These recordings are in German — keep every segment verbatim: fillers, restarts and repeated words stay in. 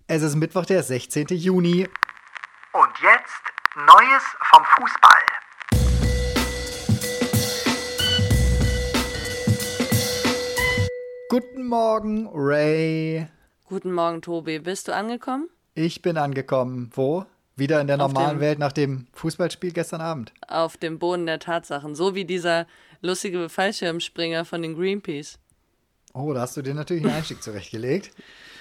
Es ist Mittwoch, der sechzehnten Juni. Und jetzt Neues vom Fußball. Guten Morgen, Ray. Guten Morgen, Tobi. Bist du angekommen? Ich bin angekommen. Wo? Wieder in der Auf normalen dem- Welt nach dem Fußballspiel gestern Abend. Auf dem Boden der Tatsachen. So wie dieser lustige Fallschirmspringer von den Greenpeace. Oh, da hast du dir natürlich einen Einstieg zurechtgelegt.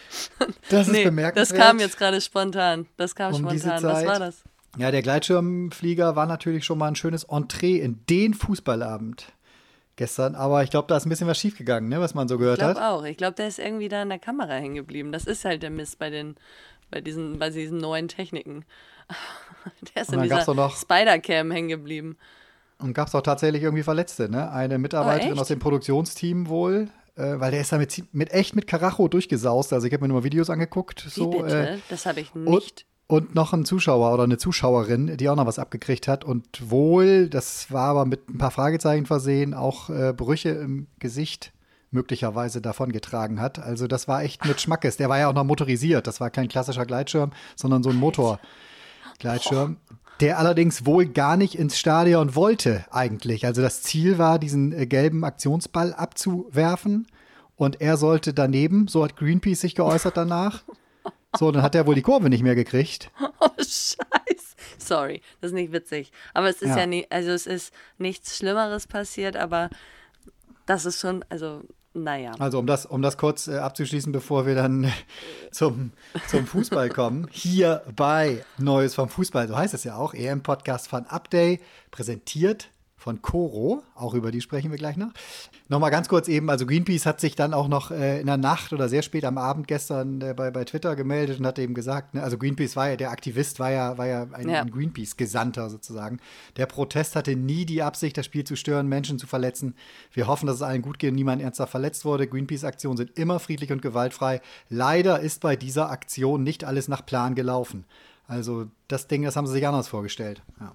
Das ist Nee, das bemerkenswert. kam jetzt gerade spontan. Das kam Um diese spontan. Was Zeit. war das? Ja, der Gleitschirmflieger war natürlich schon mal ein schönes Entree in den Fußballabend gestern. Aber ich glaube, da ist ein bisschen was schiefgegangen, ne, was man so Ich gehört glaube hat. auch. Ich glaube, der ist irgendwie da in der Kamera hängen geblieben. Das ist halt der Mist bei den, bei diesen, bei diesen neuen Techniken. Der ist Und in dann gab's dieser doch noch- Spider-Cam hängen geblieben. Und gab es auch tatsächlich irgendwie Verletzte, ne? Eine Mitarbeiterin echt? aus dem Produktionsteam wohl, äh, weil der ist da mit, mit echt mit Karacho durchgesaust. Also ich habe mir nur mal Videos angeguckt. Wie so, bitte? Äh, das habe ich und, nicht. und noch ein Zuschauer oder eine Zuschauerin, die auch noch was abgekriegt hat. Und wohl, das war aber mit ein paar Fragezeichen versehen, auch äh, Brüche im Gesicht möglicherweise davongetragen hat. Also das war echt mit Schmackes. Der war ja auch noch motorisiert. Das war kein klassischer Gleitschirm, sondern so ein Motorgleitschirm. Der allerdings wohl gar nicht ins Stadion wollte eigentlich. Also das Ziel war, diesen äh, gelben Aktionsball abzuwerfen. Und er sollte daneben, so hat Greenpeace sich geäußert danach. So, dann hat er wohl die Kurve nicht mehr gekriegt. Oh, scheiße. Sorry, das ist nicht witzig. Aber es ist Ja. ja, nicht, also es ist nichts Schlimmeres passiert, aber das ist schon, also, naja. Also um das, um das kurz äh, abzuschließen, bevor wir dann äh, zum, zum Fußball kommen. Hier bei Neues vom Fußball, so heißt es ja auch, E M-Podcast Fun Update, präsentiert von Coro, auch über die sprechen wir gleich noch. Nochmal ganz kurz eben, also Greenpeace hat sich dann auch noch äh, in der Nacht oder sehr spät am Abend gestern äh, bei, bei Twitter gemeldet und hat eben gesagt, ne, also Greenpeace war ja, der Aktivist war ja, war ja ein, Ja. ein Greenpeace-Gesandter sozusagen. Der Protest hatte nie die Absicht, das Spiel zu stören, Menschen zu verletzen. Wir hoffen, dass es allen gut geht und niemand ernsthaft verletzt wurde. Greenpeace-Aktionen sind immer friedlich und gewaltfrei. Leider ist bei dieser Aktion nicht alles nach Plan gelaufen. Also das Ding, das haben sie sich anders vorgestellt. Ja.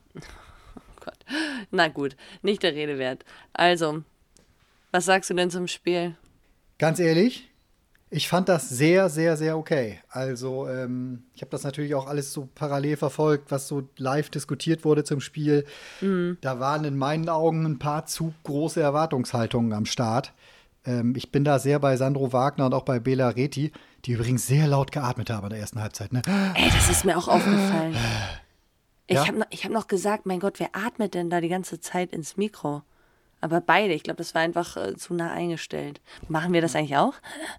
Gott. Na gut, nicht der Rede wert. Also, was sagst du denn zum Spiel? Ganz ehrlich, ich fand das sehr, sehr, sehr okay. Also ähm, ich habe das natürlich auch alles so parallel verfolgt, was so live diskutiert wurde zum Spiel. Da waren in meinen Augen ein paar zu große Erwartungshaltungen am Start. Ähm, ich bin da sehr bei Sandro Wagner und auch bei Bela Reti, die übrigens sehr laut geatmet haben in der ersten Halbzeit. Ne? Ey, das ist mir auch aufgefallen. Ich Ja? habe noch, ich hab noch gesagt, mein Gott, wer atmet denn da die ganze Zeit ins Mikro? Aber beide, ich glaube, das war einfach äh, zu nah eingestellt. Machen wir das eigentlich auch?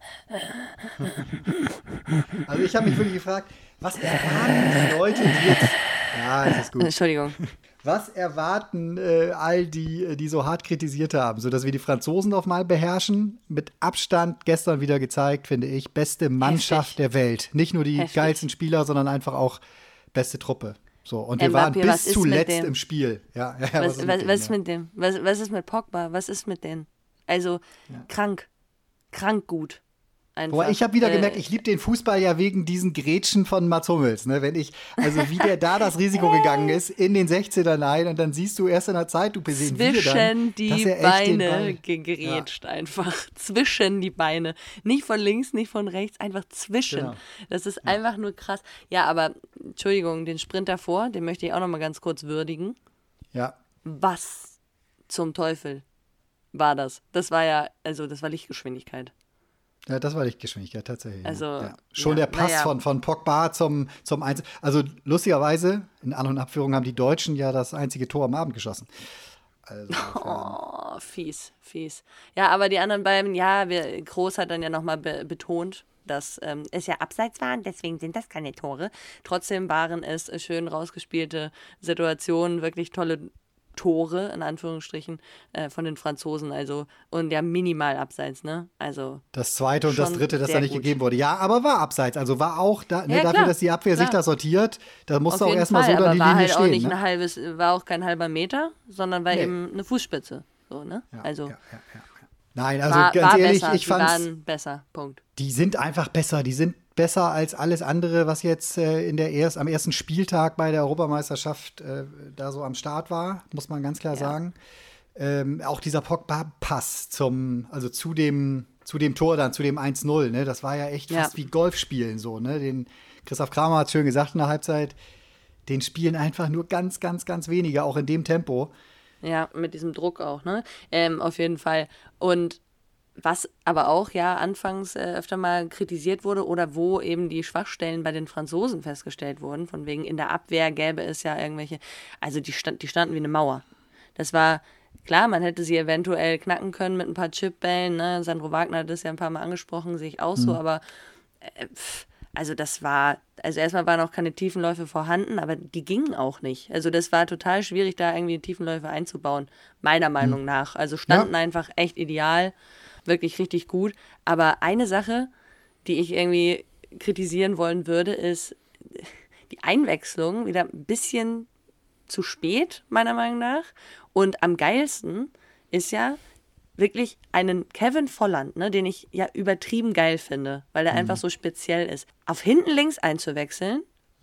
Also ich habe mich wirklich gefragt, was erwarten die Leute, die jetzt... Ja, es ist gut. Entschuldigung. Was erwarten äh, all die, äh, die so hart kritisiert haben, sodass wir die Franzosen auf mal beherrschen? Mit Abstand gestern wieder gezeigt, finde ich, beste Mannschaft Heftig. der Welt. Nicht nur die Heftig. geilsten Spieler, sondern einfach auch beste Truppe. So, und wir Mbappé, waren was bis ist zuletzt mit dem? im Spiel. Ja, ja, Was, ist was, dem, was ist ja. mit dem? Was, was ist mit Pogba? Was ist mit denen? Also, krank. Krank gut. Einfach. Boah, ich habe wieder Äh, gemerkt, ich liebe den Fußball ja wegen diesen Grätschen von Mats Hummels. Ne? Wenn ich, also wie der da das Risiko gegangen ist, in den sechzehner rein und dann siehst du erst in der Zeitlupe sehen wir dann, Zwischen dass die er echt den Beine Ball- gegrätscht einfach. Zwischen die Beine. Nicht von links, nicht von rechts, einfach zwischen. Genau. Das ist einfach nur krass. Ja, aber, Entschuldigung, den Sprint davor, den möchte ich auch noch mal ganz kurz würdigen. Ja. Was zum Teufel war das? Das war ja, also das war Lichtgeschwindigkeit. Ja, das war Lichtgeschwindigkeit, tatsächlich. ja. Also, ja. Schon ja, der Pass naja. von, von Pogba zum, zum Eins. Also lustigerweise, in An- und Abführung haben die Deutschen ja das einzige Tor am Abend geschossen. Also, Oh, fies, fies. Ja, aber die anderen beiden, ja, wir, Groß hat dann ja nochmal be betont, dass ähm, es ja abseits waren, deswegen sind das keine Tore. Trotzdem waren es äh, schön rausgespielte Situationen, wirklich tolle Tore, in Anführungsstrichen, äh, von den Franzosen. Also, und ja, minimal abseits, ne? Also. das zweite und das schon dritte, das sehr da nicht gut. gegeben wurde. Ja, aber war abseits. Also war auch da, ne, Ja, dafür, klar, dass die Abwehr sich klar. da sortiert, da musst Auf du auch jeden erstmal Fall, so dann aber die war Linie halt auch stehen. nicht Ne? ein halbes, war auch kein halber Meter, sondern war Nee. eben eine Fußspitze. So, ne? Ja, also ja, ja, ja, ja. Nein, also war, ganz war ehrlich, besser. ich Die fand waren besser. Punkt. die sind einfach besser. Die sind besser als alles andere, was jetzt äh, in der erst, am ersten Spieltag bei der Europameisterschaft äh, da so am Start war, muss man ganz klar Ja. sagen. Ähm, auch dieser Pogba-Pass zum, also zu dem zu dem Tor dann, zu dem eins null, ne? Das war ja echt Ja. fast wie Golfspielen so, ne? Den Christoph Kramer hat schön gesagt in der Halbzeit, den spielen einfach nur ganz, ganz, ganz wenige, auch in dem Tempo. Ja, mit diesem Druck auch, ne? Ähm, auf jeden Fall. Und was aber auch ja anfangs äh, öfter mal kritisiert wurde oder wo eben die Schwachstellen bei den Franzosen festgestellt wurden, von wegen in der Abwehr gäbe es ja irgendwelche, also die, stand, die standen wie eine Mauer. Das war, klar, man hätte sie eventuell knacken können mit ein paar Chipbällen, ne? Sandro Wagner hat das ja ein paar Mal angesprochen, sehe ich auch so, aber äh, pff, also das war, also erstmal waren auch keine Tiefenläufe vorhanden, aber die gingen auch nicht. Also das war total schwierig, da irgendwie Tiefenläufe einzubauen, meiner Meinung nach. Also standen Ja. einfach echt ideal, wirklich richtig gut. Aber eine Sache, die ich irgendwie kritisieren wollen würde, ist die Einwechslung wieder ein bisschen zu spät, meiner Meinung nach. Und am geilsten ist ja wirklich einen Kevin Volland, ne, den ich ja übertrieben geil finde, weil der einfach so speziell ist, auf hinten links einzuwechseln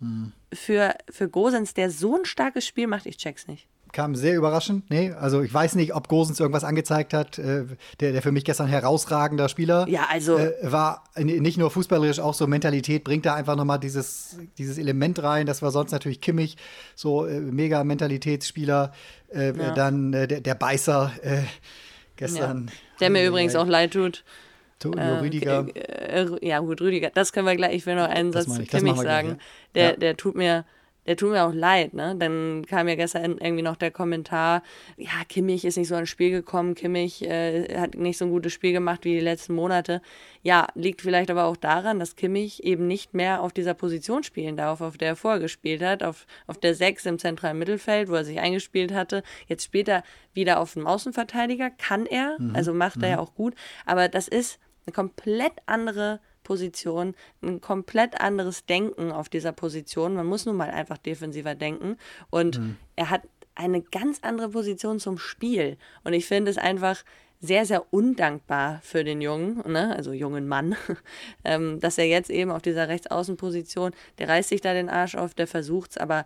für, für Gosens, der so ein starkes Spiel macht, ich check's nicht. Kam sehr überraschend. Nee, also ich weiß nicht, ob Gosens irgendwas angezeigt hat. Äh, der, der für mich gestern herausragender Spieler Ja, also- äh, war n- nicht nur fußballerisch, auch so Mentalität, bringt da einfach nochmal dieses, dieses Element rein. Das war sonst natürlich Kimmich, so äh, mega Mentalitätsspieler. Äh, Ja. Dann äh, der, der Beißer äh, Ja. gestern. Der mir Äh, übrigens auch leid tut. Tonio Rüdiger. Äh, äh, ja, gut, Rüdiger, das können wir gleich, ich will noch einen Das Satz meine zu ich, das Kimmich machen wir gleich, sagen. ja. Der, Ja. der tut mir, der tut mir auch leid, ne? Dann kam ja gestern irgendwie noch der Kommentar, ja, Kimmich ist nicht so ins Spiel gekommen, Kimmich äh, hat nicht so ein gutes Spiel gemacht wie die letzten Monate. Ja, liegt vielleicht aber auch daran, dass Kimmich eben nicht mehr auf dieser Position spielen darf, auf der er vorher gespielt hat, auf, auf der sechs im zentralen Mittelfeld, wo er sich eingespielt hatte. Jetzt spielt er wieder auf dem Außenverteidiger, kann er, also macht er ja auch gut, aber das ist eine komplett andere Position, ein komplett anderes Denken auf dieser Position. Man muss nun mal einfach defensiver denken und er hat eine ganz andere Position zum Spiel und ich finde es einfach sehr, sehr undankbar für den Jungen, ne? Also jungen Mann, ähm, dass er jetzt eben auf dieser Rechtsaußenposition, der reißt sich da den Arsch auf, der versucht's, aber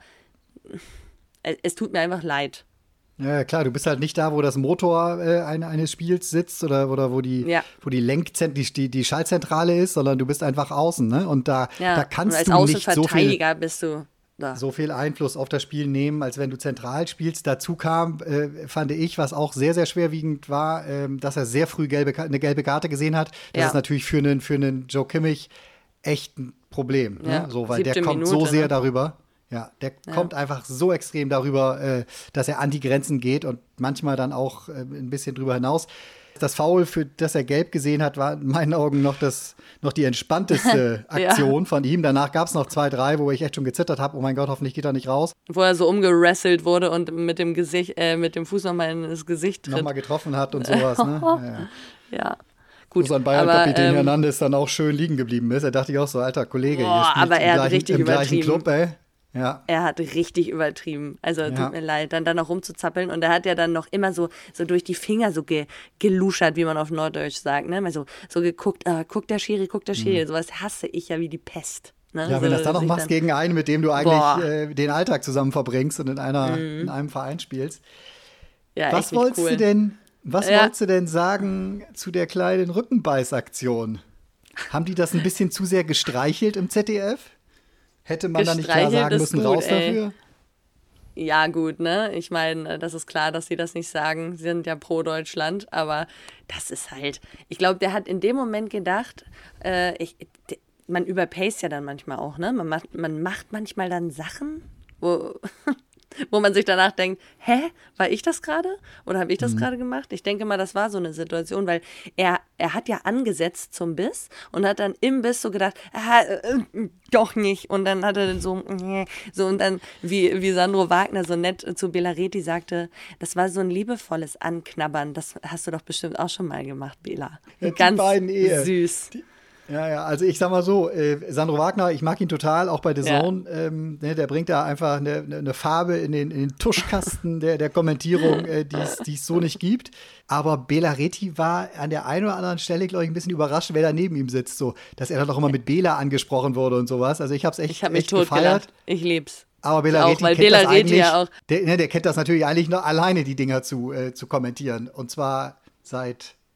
es, es tut mir einfach leid. Ja, klar, du bist halt nicht da, wo das Motor äh, eine, eines Spiels sitzt oder, oder wo die, Ja. wo die Lenkzent die, die, die Schaltzentrale ist, sondern du bist einfach außen, ne? Und da, Ja, da und kannst als du nicht so viel, Außenverteidiger bist du da. so viel Einfluss auf das Spiel nehmen, als wenn du zentral spielst. Dazu kam, äh, fand ich, was auch sehr, sehr schwerwiegend war, ähm, dass er sehr früh gelbe, Ka- eine gelbe Karte gesehen hat. Das Ja. ist natürlich für einen, für einen Joe Kimmich echt ein Problem, Ja, ne? So, weil der siebte kommt so Minute, sehr ne? darüber. Ja, der kommt einfach so extrem darüber, äh, dass er an die Grenzen geht und manchmal dann auch äh, ein bisschen drüber hinaus. Das Foul, für das er gelb gesehen hat, war in meinen Augen noch, das, noch die entspannteste Ja. Aktion von ihm. Danach gab es noch zwei, drei, wo ich echt schon gezittert habe. Oh mein Gott, hoffentlich geht er nicht raus. Wo er so umgerasselt wurde und mit dem Gesicht, äh, mit dem Fuß nochmal in das Gesicht tritt. Nochmal getroffen hat und sowas. Ne? Ja, ja. Ja, Wo gut. sein aber, Bayern-Kapitän ähm, Hernandez dann auch schön liegen geblieben ist. Da dachte ich auch so, alter Kollege, Boah, ihr spielt aber er im, hat gleichen, richtig im gleichen übertrieben. Club, ey. Ja. Er hat richtig übertrieben. Also Ja. tut mir leid, dann, dann noch rumzuzappeln. Und er hat ja dann noch immer so, so durch die Finger so ge, geluschert, wie man auf Norddeutsch sagt. Ne? Mal so, so geguckt, äh, guckt der Schiri, guckt der Schiri. Sowas hasse ich ja wie die Pest. Ne? Mhm. Ja, so, wenn du das dann noch sich machst gegen einen, mit dem du eigentlich Boah. äh, den Alltag zusammen verbringst und in, einer, Mhm. in einem Verein spielst. Ja, Was echt nicht wolltest cool. du denn, was Ja. wolltest du denn sagen zu der kleinen Rückenbeißaktion? Haben die das ein bisschen zu sehr gestreichelt im Z D F? Hätte man da nicht klar Gestreichelt sagen ist müssen, gut, raus ey. dafür? Ja, gut, ne? Ich meine, das ist klar, dass sie das nicht sagen. Sie sind ja pro Deutschland, aber das ist halt. Ich glaube, der hat in dem Moment gedacht, äh, ich, d- man überpaced ja dann manchmal auch, ne? Man macht, man macht manchmal dann Sachen, wo, wo man sich danach denkt, hä, war ich das gerade? Oder habe ich das gerade gemacht? Ich denke mal, das war so eine Situation, weil er, er hat ja angesetzt zum Biss und hat dann im Biss so gedacht, ah, äh, äh, doch nicht. Und dann hat er dann so, äh, so und dann, wie, wie Sandro Wagner so nett zu Belareti sagte, das war so ein liebevolles Anknabbern. Das hast du doch bestimmt auch schon mal gemacht, Bela. Ja, die Ganz beiden eh. süß. Ja, ja, also ich sag mal so, äh, Sandro Wagner, ich mag ihn total, auch bei The Ja. Zone. Ähm, ne, der bringt da einfach eine, eine Farbe in den, in den Tuschkasten der, der Kommentierung, äh, die es so nicht gibt. Aber Belareti war an der einen oder anderen Stelle, glaube ich, ein bisschen überrascht, wer da neben ihm sitzt. So, dass er dann auch immer mit Bela angesprochen wurde und sowas. Also ich habe es echt, Ich habe mich echt gefeiert. totgelacht. Ich lieb's. Aber Belareti auch, weil kennt das Belareti eigentlich, ja auch- Der, ne, der kennt das natürlich eigentlich nur alleine, die Dinger zu, äh, zu kommentieren. Und zwar seit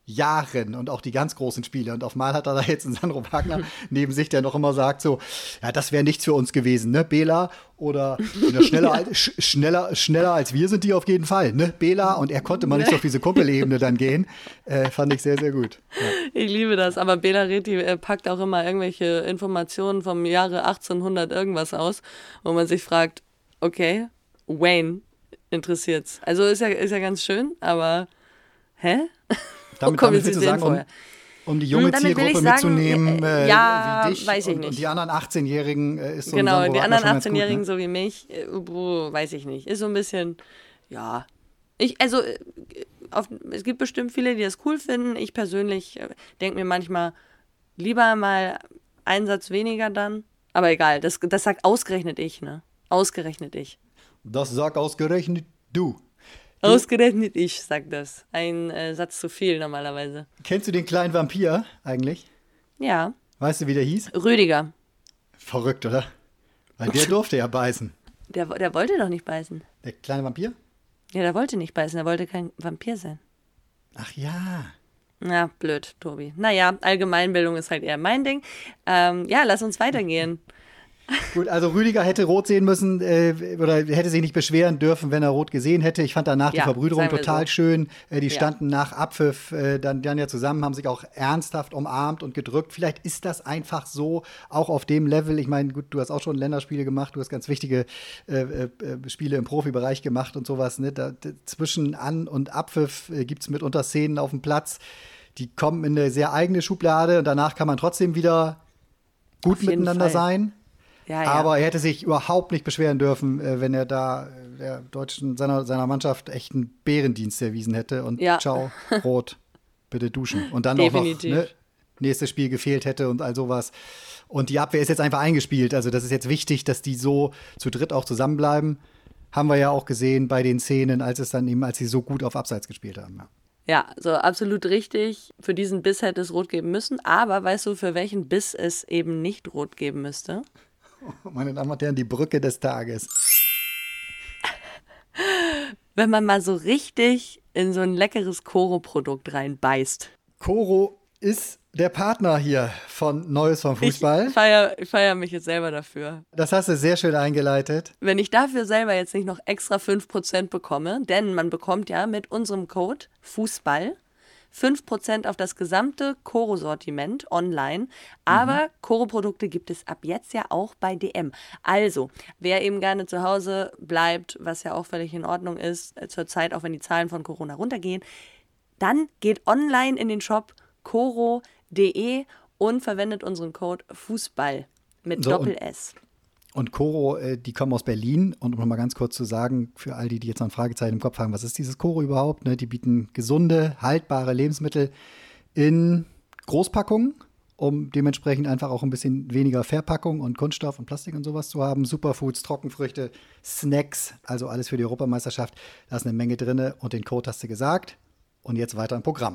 Jahren und auch die ganz großen Spiele. Und auf mal hat er da jetzt einen Sandro Wagner neben sich, der noch immer sagt so, ja, das wäre nichts für uns gewesen, ne, Bela? Oder ja, schneller, als, sch schneller, schneller als wir sind die auf jeden Fall, ne, Bela? Und er konnte mal nicht so auf diese Kumpelebene dann gehen. Äh, fand ich sehr, sehr gut. Ja. Ich liebe das, aber Bela Reti äh, packt auch immer irgendwelche Informationen vom Jahre achtzehnhundert irgendwas aus, wo man sich fragt, okay, Wayne interessiert's. Also ist ja, ist ja ganz schön, aber hä? Damit, damit willst du sagen, um, um die junge Damit will Zielgruppe ich sagen, mitzunehmen, äh, äh, ja, wie dich weiß ich und, nicht. und die anderen achtzehnjährigen äh, ist so Genau, ein Sandro die Wagner anderen schon ganz achtzehnjährigen gut, ne? so wie mich, äh, boah, weiß ich nicht. Ist so ein bisschen, ja. Ich, also, äh, auf, es gibt bestimmt viele, die das cool finden. Ich persönlich äh, denke mir manchmal, lieber mal einen Satz weniger dann. Aber egal, das, das sagt ausgerechnet ich, ne? Ausgerechnet ich. Das sagt ausgerechnet du. Du, Ausgerechnet ich, sag das. Ein äh, Satz zu viel normalerweise. Kennst du den kleinen Vampir eigentlich? Ja. Weißt du, wie der hieß? Rüdiger. Verrückt, oder? Weil der durfte ja beißen. Der, der wollte doch nicht beißen. Der kleine Vampir? Ja, der wollte nicht beißen, der wollte kein Vampir sein. Ach ja. Na, blöd, Tobi. Naja, Allgemeinbildung ist halt eher mein Ding. Ähm, ja, lass uns weitergehen. Gut, also Rüdiger hätte rot sehen müssen äh, oder hätte sich nicht beschweren dürfen, wenn er rot gesehen hätte. Ich fand danach Ja, die Verbrüderung sagen wir total so. schön. Äh, die Ja. standen nach Abpfiff äh, dann, dann ja zusammen, haben sich auch ernsthaft umarmt und gedrückt. Vielleicht ist das einfach so, auch auf dem Level. Ich meine, gut, du hast auch schon Länderspiele gemacht, du hast ganz wichtige äh, äh, Spiele im Profibereich gemacht und sowas. Ne? Da, zwischen An- und Abpfiff äh, gibt es mitunter Szenen auf dem Platz, die kommen in eine sehr eigene Schublade und danach kann man trotzdem wieder gut Auf jeden miteinander Fall. sein. Ja, ja. Aber er hätte sich überhaupt nicht beschweren dürfen, äh, wenn er da äh, der deutschen seiner, seiner Mannschaft echt einen Bärendienst erwiesen hätte und Ja. ciao, rot, bitte duschen. Und dann Definitiv. auch noch ne, nächstes Spiel gefehlt hätte und all sowas. Und die Abwehr ist jetzt einfach eingespielt. Also das ist jetzt wichtig, dass die so zu dritt auch zusammenbleiben. Haben wir ja auch gesehen bei den Szenen, als es dann eben, als sie so gut auf Abseits gespielt haben. Ja. Ja, so absolut richtig. Für diesen Biss hätte es rot geben müssen. Aber weißt du, für welchen Biss es eben nicht rot geben müsste? Meine Damen und Herren, die Brücke des Tages. Wenn man mal so richtig in so ein leckeres Koro-Produkt reinbeißt. Koro ist der Partner hier von Neues vom Fußball. Ich feiere feier mich jetzt selber dafür. Das hast du sehr schön eingeleitet. Wenn ich dafür selber jetzt nicht noch extra fünf Prozent bekomme, denn man bekommt ja mit unserem Code Fußball fünf Prozent auf das gesamte Koro-Sortiment online. Aber Koro-Produkte gibt es ab jetzt ja auch bei D M. Also, wer eben gerne zu Hause bleibt, was ja auch völlig in Ordnung ist, äh, zurzeit auch wenn die Zahlen von Corona runtergehen, dann geht online in den Shop koro punkt de und verwendet unseren Code Fußball mit So, Doppel-S. Und Koro, äh, die kommen aus Berlin. Und um noch mal ganz kurz zu sagen, für all die, die jetzt noch ein Fragezeichen im Kopf haben, was ist dieses Koro überhaupt? Ne? Die bieten gesunde, haltbare Lebensmittel in Großpackungen, um dementsprechend einfach auch ein bisschen weniger Verpackung und Kunststoff und Plastik und sowas zu haben. Superfoods, Trockenfrüchte, Snacks, also alles für die Europameisterschaft. Da ist eine Menge drin. Und den Code hast du gesagt. Und jetzt weiter im Programm.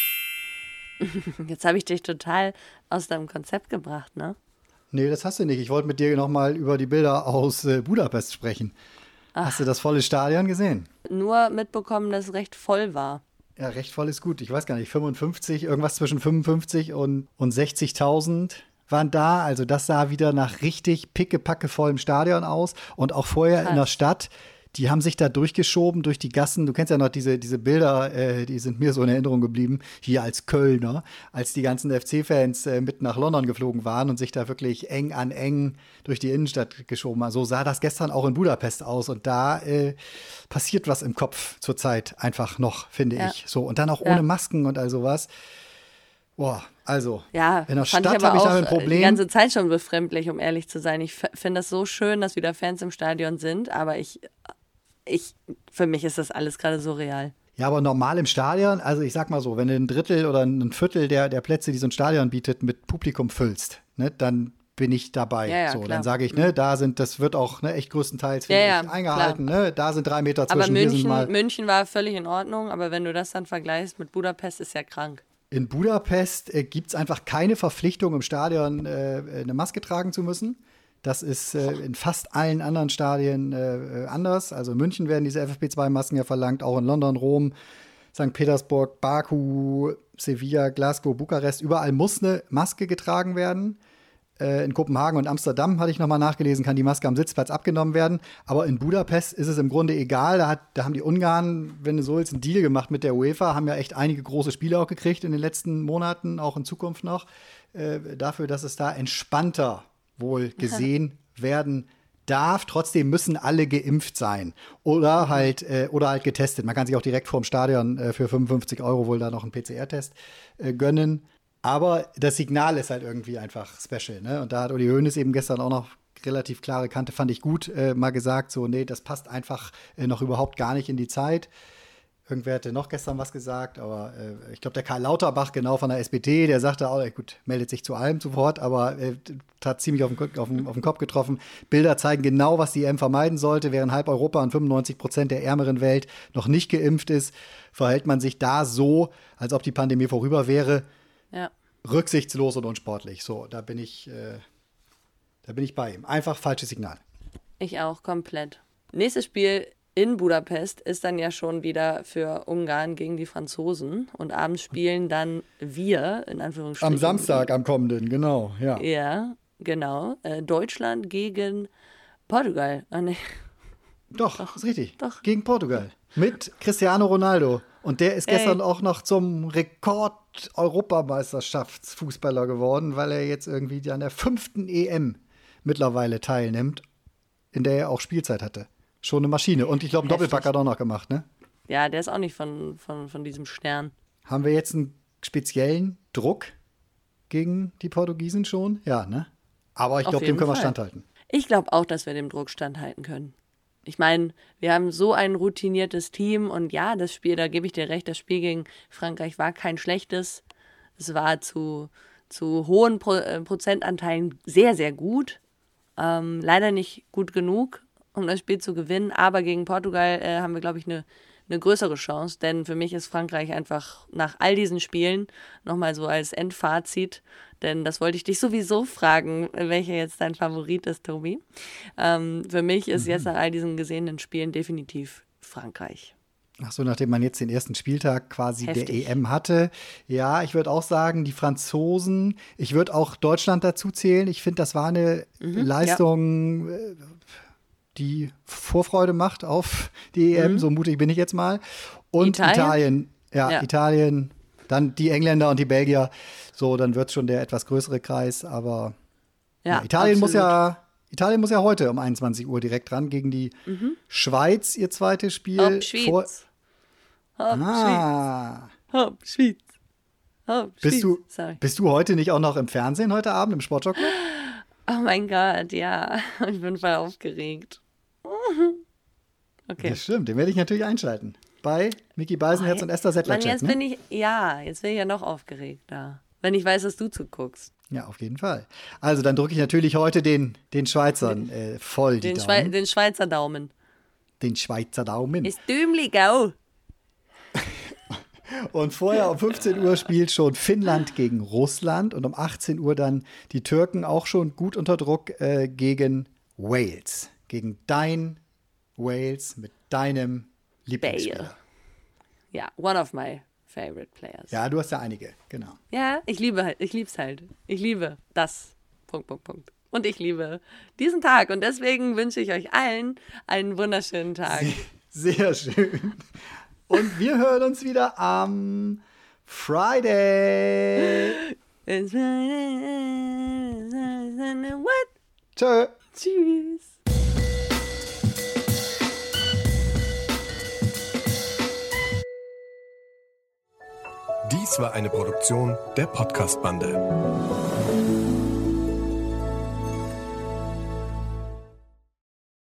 Jetzt habe ich dich total aus deinem Konzept gebracht, ne? Nee, das hast du nicht. Ich wollte mit dir noch mal über die Bilder aus äh, Budapest sprechen. Ach. Hast du das volle Stadion gesehen? Nur mitbekommen, dass es recht voll war. Ja, recht voll ist gut. Ich weiß gar nicht, fünfundfünfzig, irgendwas zwischen fünfundfünfzig und, und sechzigtausend waren da. Also das sah wieder nach richtig pickepacke vollem Stadion aus. Und auch vorher Krass. in der Stadt, die haben sich da durchgeschoben durch die Gassen. Du kennst ja noch diese, diese Bilder, äh, die sind mir so in Erinnerung geblieben, hier als Kölner, als die ganzen F C-Fans äh, mit nach London geflogen waren und sich da wirklich eng an eng durch die Innenstadt geschoben haben. So sah das gestern auch in Budapest aus. Und da äh, passiert was im Kopf zurzeit einfach noch, finde Ja. ich. So, und dann auch Ja. ohne Masken und all sowas. Boah, also, Ja, in der fand Stadt ich aber habe ich auch damit ein äh, die Problem. ganze Zeit schon befremdlich, um ehrlich zu sein. Ich f- finde das so schön, dass wieder Fans im Stadion sind, aber ich, ich für mich ist das alles gerade surreal. Ja, aber normal im Stadion, also ich sag mal so, wenn du ein Drittel oder ein Viertel der, der Plätze, die so ein Stadion bietet, mit Publikum füllst, ne, dann bin ich dabei. Ja, ja, so, klar. dann sage ich, ne, da sind, das wird auch ne, echt größtenteils Ja, ja, ich, eingehalten, ne, da sind drei Meter zwischen, Aber hier sind München, mal. München war völlig in Ordnung, aber wenn du das dann vergleichst mit Budapest, ist ja krank. In Budapest äh, gibt es einfach keine Verpflichtung, im Stadion äh, eine Maske tragen zu müssen. Das ist äh, in fast allen anderen Stadien äh, anders. Also in München werden diese F F P zwei Masken ja verlangt, auch in London, Rom, Sankt Petersburg, Baku, Sevilla, Glasgow, Bukarest, überall muss eine Maske getragen werden. Äh, in Kopenhagen und Amsterdam, hatte ich nochmal nachgelesen, kann die Maske am Sitzplatz abgenommen werden. Aber in Budapest ist es im Grunde egal. Da, hat, da haben die Ungarn, wenn du so willst, einen Deal gemacht mit der UEFA, haben ja echt einige große Spiele auch gekriegt in den letzten Monaten, auch in Zukunft noch, äh, dafür, dass es da entspannter wohl gesehen ja. werden darf. Trotzdem müssen alle geimpft sein oder halt, äh, oder halt getestet. Man kann sich auch direkt vorm Stadion äh, für fünfundfünfzig Euro wohl da noch einen P C R-Test äh, gönnen. Aber das Signal ist halt irgendwie einfach special, ne? Und da hat Uli Hoeneß eben gestern auch noch relativ klare Kante, fand ich gut, äh, mal gesagt, so, nee, das passt einfach äh, noch überhaupt gar nicht in die Zeit. Irgendwer hatte noch gestern was gesagt, aber äh, ich glaube, der Karl Lauterbach, genau von der S P D, der sagte auch, gut, meldet sich zu allem sofort, aber äh, hat ziemlich auf den, auf, den, auf den Kopf getroffen. Bilder zeigen genau, was die E M vermeiden sollte. Während halb Europa und fünfundneunzig Prozent der ärmeren Welt noch nicht geimpft ist, verhält man sich da so, als ob die Pandemie vorüber wäre. Ja. Rücksichtslos und unsportlich. So, da bin ich, äh, da bin ich bei ihm. Einfach falsches Signal. Ich auch, komplett. Nächstes Spiel in Budapest ist dann ja schon wieder für Ungarn gegen die Franzosen. Und abends spielen dann wir, in Anführungsstrichen. Am Samstag, am kommenden, genau, ja. Ja, genau. Äh, Deutschland gegen Portugal. Ah, nee. Doch, Doch, ist richtig. doch. Gegen Portugal. Mit Cristiano Ronaldo. Und der ist gestern Ey. auch noch zum Rekord-Europameisterschaftsfußballer geworden, weil er jetzt irgendwie an der fünften E M mittlerweile teilnimmt, in der er auch Spielzeit hatte. Schon eine Maschine. Und ich glaube, einen Heftig. Doppelpack hat er auch noch gemacht, ne? Ja, der ist auch nicht von, von, von diesem Stern. Haben wir jetzt einen speziellen Druck gegen die Portugiesen schon? Ja, ne? Aber ich Auf glaube, dem jeden können wir Fall. standhalten. Ich glaube auch, dass wir dem Druck standhalten können. Ich meine, wir haben so ein routiniertes Team und ja, das Spiel, da gebe ich dir recht, das Spiel gegen Frankreich war kein schlechtes. Es war zu, zu hohen Pro, äh, Prozentanteilen sehr, sehr gut. Ähm, leider nicht gut genug, um das Spiel zu gewinnen, aber gegen Portugal äh, haben wir, glaube ich, eine eine größere Chance, denn für mich ist Frankreich einfach nach all diesen Spielen nochmal so als Endfazit, denn das wollte ich dich sowieso fragen, welcher jetzt dein Favorit ist, Tobi. Ähm, für mich ist mhm. jetzt nach all diesen gesehenen Spielen definitiv Frankreich. Ach so, nachdem man jetzt den ersten Spieltag quasi Heftig. der E M hatte. Ja, ich würde auch sagen, die Franzosen, ich würde auch Deutschland dazu zählen. Ich finde, das war eine mhm, Leistung, ja. die Vorfreude macht auf die E M, mhm. so mutig bin ich jetzt mal. Und Italien, Italien ja, ja, Italien, dann die Engländer und die Belgier. So, dann wird es schon der etwas größere Kreis. Aber ja, ja, Italien, muss ja, Italien muss ja heute um einundzwanzig Uhr direkt ran gegen die mhm. Schweiz, ihr zweites Spiel. Hopp, Schweiz. Vor Hopp, ah. Schweiz. Hopp, Schweiz. Hopp, bist, Schweiz. du, Sorry. bist du heute nicht auch noch im Fernsehen heute Abend im Sporttalk? Oh mein Gott, ja. Ich bin voll aufgeregt. Okay. Das stimmt, den werde ich natürlich einschalten. Bei Micky Beisenherz oh, und Esther Sedlacek. Mann, jetzt ne? bin ich, ja, jetzt bin ich ja noch aufgeregter. Wenn ich weiß, dass du zuguckst. Ja, auf jeden Fall. Also dann drücke ich natürlich heute den, den Schweizern äh, voll die den Daumen. Schwe- den Schweizer Daumen. Den Schweizer Daumen. Ist Dümligau. Und vorher um fünfzehn Uhr spielt schon Finnland gegen Russland und um achtzehn Uhr dann die Türken auch schon gut unter Druck äh, gegen Wales. Gegen dein Wales mit deinem Lieblingsspieler. Bale. Ja, one of my favorite players. Ja, du hast ja einige, genau. Ja, ich liebe halt, ich lieb's halt. Ich liebe das. Punkt, Punkt, Punkt. Und ich liebe diesen Tag. Und deswegen wünsche ich euch allen einen wunderschönen Tag. Sehr, sehr schön. Und wir hören uns wieder am Friday. It's Friday. What? Tschö. Tschüss. Dies war eine Produktion der Podcast-Bande.